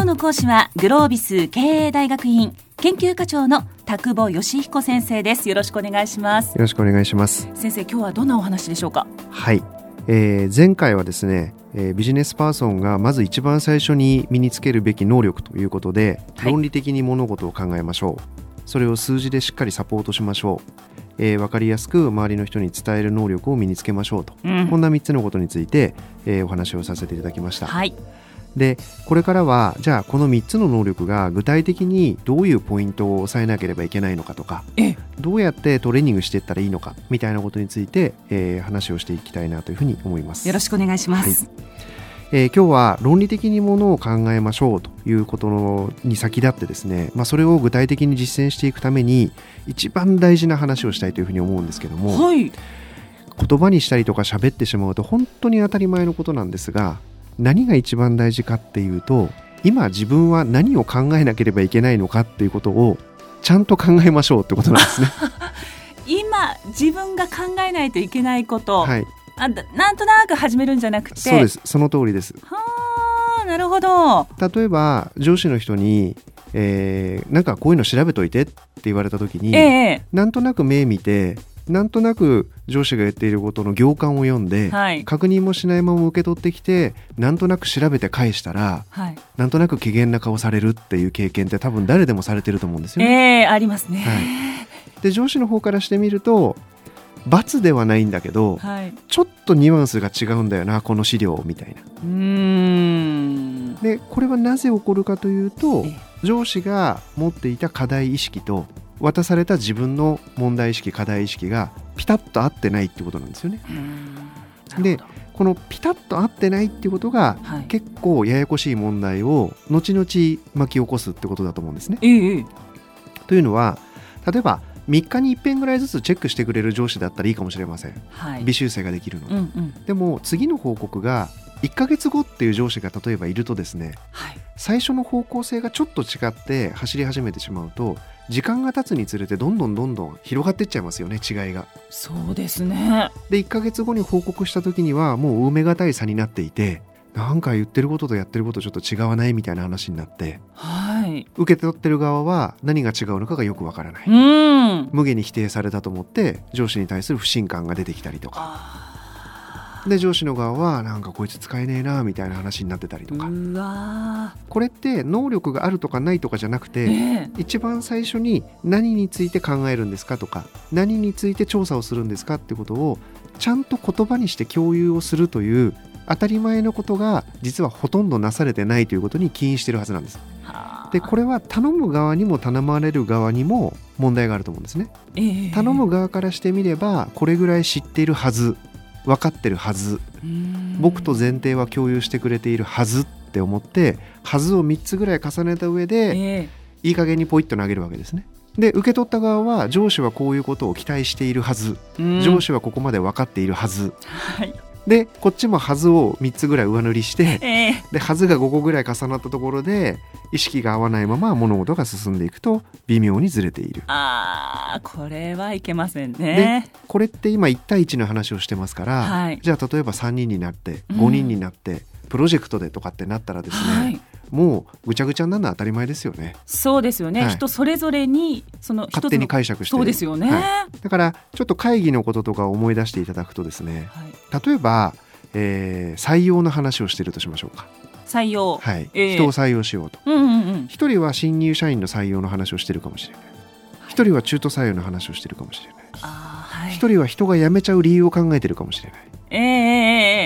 の講師はグロービス経営大学院研究課長の田久保義彦先生です。よろしくお願いします。 よろしくお願いします。 先生、今日はどんなお話でしょうか？ はい、前回はですね、ビジネスパーソンがまず一番最初に身につけるべき能力ということで、論理的に物事を考えましょう。それを数字でしっかりサポートしましょう。分かりやすく周りの人に伝える能力を身につけましょうと、こんな3つのことについて、お話をさせていただきました。 はい。 でこれからはじゃあこの3つの能力が具体的にどういうポイントを抑えなければいけないのかとか、どうやってトレーニングしていったらいいのかみたいなことについて、話をしていきたいなというふうに思います。 よろしくお願いします。 今日は論理的にものを考えましょうということに先立ってですね、それを具体的に実践していくために一番大事な話をしたいというふうに思うんですけども、 はい、 言葉にしたりとか喋ってしまうと本当に当たり前のことなんですが、何が一番大事かっていうと、今自分は何を考えなければいけないのかっていうことをちゃんと考えましょうってことなんですね。 今自分が考えないといけないこと、 はい、 なんとなく始めるんじゃなくて。 そうです、その通りです。 はあ、なるほど。 例えば上司の人に、なんかこういうの調べといてって言われた時に、なんとなく目見て、なんとなく上司が言っていることの行間を読んで、確認もしないまま受け取ってきて、なんとなく調べて返したら、なんとなく機嫌な顔されるっていう経験って多分誰でもされてると思うんですよね。 ありますね。 で上司の方からしてみると罰ではないんだけど、ちょっとニュアンスが違うんだよなこの資料みたいな。でこれはなぜ起こるかというと、上司が持っていた課題意識と渡された自分の問題意識課題意識がピタッと合ってないってことなんですよね。でこのピタッと合ってないっていうことが、結構ややこしい問題を後々巻き起こすってことだと思うんですね。というのは、例えば3日に1遍ぐらいずつチェックしてくれる上司だったらいいかもしれません。微修正ができるので、でも次の報告が1ヶ月後っていう上司が例えばいるとですね、最初の方向性がちょっと違って走り始めてしまうと、時間が経つにつれてどんどん広がっていっちゃいますよね、違いが。 そうですね。で 1ヶ月後に報告した時にはもう埋めがたい差になっていて、なんか言ってることとやってることちょっと違わないみたいな話になって、受け取ってる側は何が違うのかがよくわからない。無下に否定されたと思って上司に対する不信感が出てきたりとかで、上司の側はなんかこいつ使えねえなみたいな話になってたりとか。これって能力があるとかないとかじゃなくて、一番最初に何について考えるんですかとか、何について調査をするんですかってことをちゃんと言葉にして共有をするという当たり前のことが実はほとんどなされてないということに起因しているはずなんです。でこれは頼む側にも頼まれる側にも問題があると思うんですね。頼む側からしてみればこれぐらい知っているはず、分かってるはず、僕と前提は共有してくれているはずって思って、はずを3つぐらい重ねた上で、いい加減にポイッと投げるわけですね。で受け取った側は上司はこういうことを期待しているはず、上司はここまで分かっているはず、でこっちもはずを3つぐらい上塗りして、ではずが5個ぐらい重なったところで意識が合わないまま物事が進んでいくと微妙にずれている。 これはいけませんね。 でこれって今1対1の話をしてますから、じゃあ例えば3人になって5人になって、プロジェクトでとかってなったらですね、もうぐちゃぐちゃになるのは当たり前ですよね。 そうですよね、人それぞれにその勝手に解釈して。 そうですよね、 だからちょっと会議のこととかを思い出していただくとですね、例えば、採用の話をしているとしましょうか。 採用、 人を採用しようと、一人は新入社員の採用の話をしているかもしれない、一人は中途採用の話をしているかもしれない、一人は人が辞めちゃう理由を考えているかもしれない、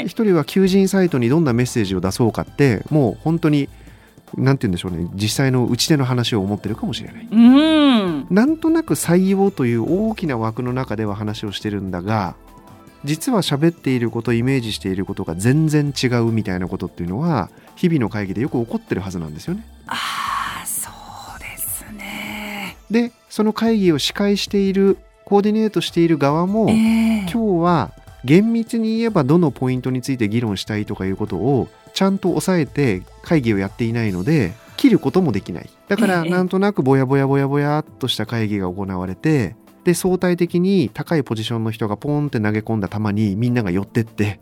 一人は求人サイトにどんなメッセージを出そうかってもう本当になんて言うんでしょうね、実際の打ち手の話を思ってるかもしれない。なんとなく採用という大きな枠の中では話をしてるんだが、実は喋っていること、イメージしていることが全然違うみたいなことっていうのは日々の会議でよく起こってるはずなんですよね。 そうですね。 でその会議を司会している、コーディネートしている側も、今日は厳密に言えばどのポイントについて議論したいとかいうことをちゃんと抑えて会議をやっていないので切ることもできない。だからなんとなくぼやぼやっとした会議が行われて、で相対的に高いポジションの人がポンって投げ込んだ球にみんなが寄ってって、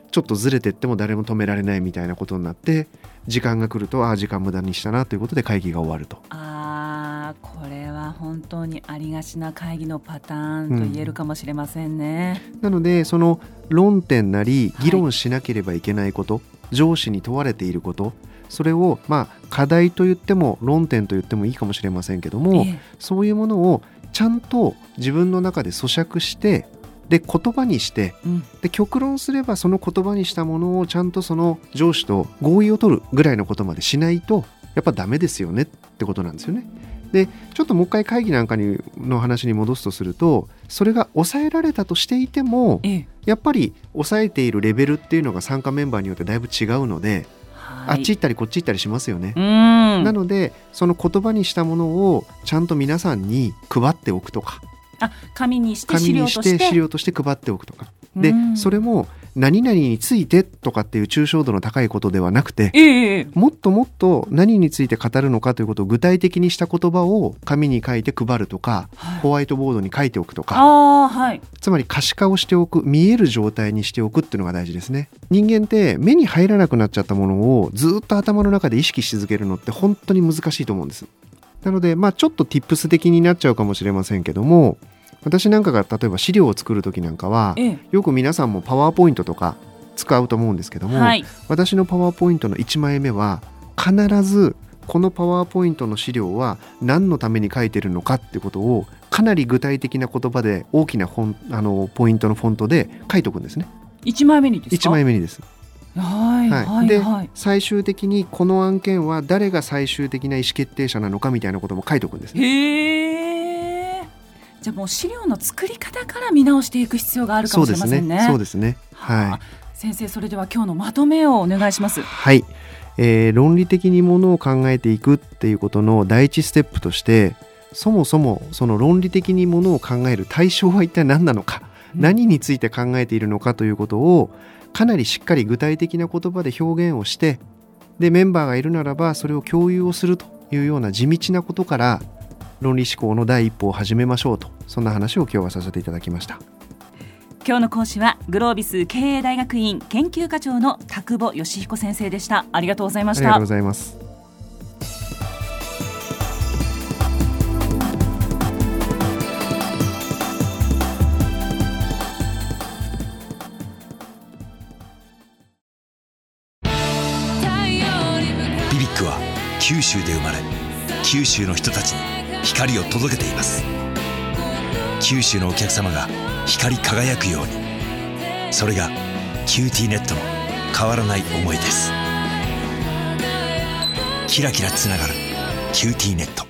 ちょっとずれてっても誰も止められないみたいなことになって、時間が来ると時間無駄にしたなということで会議が終わると。 これは本当にありがちな会議のパターンと言えるかもしれませんね。 なのでその論点なり議論しなければいけないこと、上司に問われていること、それを課題と言っても論点と言ってもいいかもしれませんけども、そういうものをちゃんと自分の中で咀嚼して、で言葉にして、で極論すればその言葉にしたものをちゃんとその上司と合意を取るぐらいのことまでしないとやっぱダメですよねってことなんですよね。でちょっともう一回会議なんかの話に戻すとすると、それが抑えられたとしていても、やっぱり抑えているレベルっていうのが参加メンバーによってだいぶ違うので、あっち行ったりこっち行ったりしますよね。なのでその言葉にしたものをちゃんと皆さんに配っておくとか、 紙にして資料として配っておくとかで、それも何々についてとかっていう抽象度の高いことではなくて、もっともっと何について語るのかということを具体的にした言葉を紙に書いて配るとか、ホワイトボードに書いておくとか、つまり可視化をしておく、見える状態にしておくっていうのが大事ですね。人間って目に入らなくなっちゃったものをずっと頭の中で意識し続けるのって本当に難しいと思うんです。なのでちょっと tips 的になっちゃうかもしれませんけども、私なんかが例えば資料を作るときなんかは、よく皆さんもパワーポイントとか使うと思うんですけども、私のパワーポイントの1枚目は必ずこのパワーポイントの資料は何のために書いてるのかってことをかなり具体的な言葉で大きなポイントのフォントで書いておくんですね。 1枚目にですか？ 1枚目にです。で最終的にこの案件は誰が最終的な意思決定者なのかみたいなことも書いておくんですね。 じゃあもう資料の作り方から見直していく必要があるかもしれませんね。 そうですね。 先生、それでは今日のまとめをお願いします。 論理的にものを考えていくっていうことの第一ステップとして、そもそもその論理的にものを考える対象は一体何なのか、何について考えているのかということをかなりしっかり具体的な言葉で表現をして、でメンバーがいるならばそれを共有をするというような地道なことから論理思考の第一歩を始めましょうと、そんな話を今日はさせていただきました。 今日の講師はグロービス経営大学院研究課長の田久保義彦先生でした。ありがとうございました。 ありがとうございます。 ビビックは九州で生まれ、九州の人たちに光を届けています。九州のお客様が光り輝くように、それがキューティーネットの変わらない思いです。キラキラつながるキューティーネット。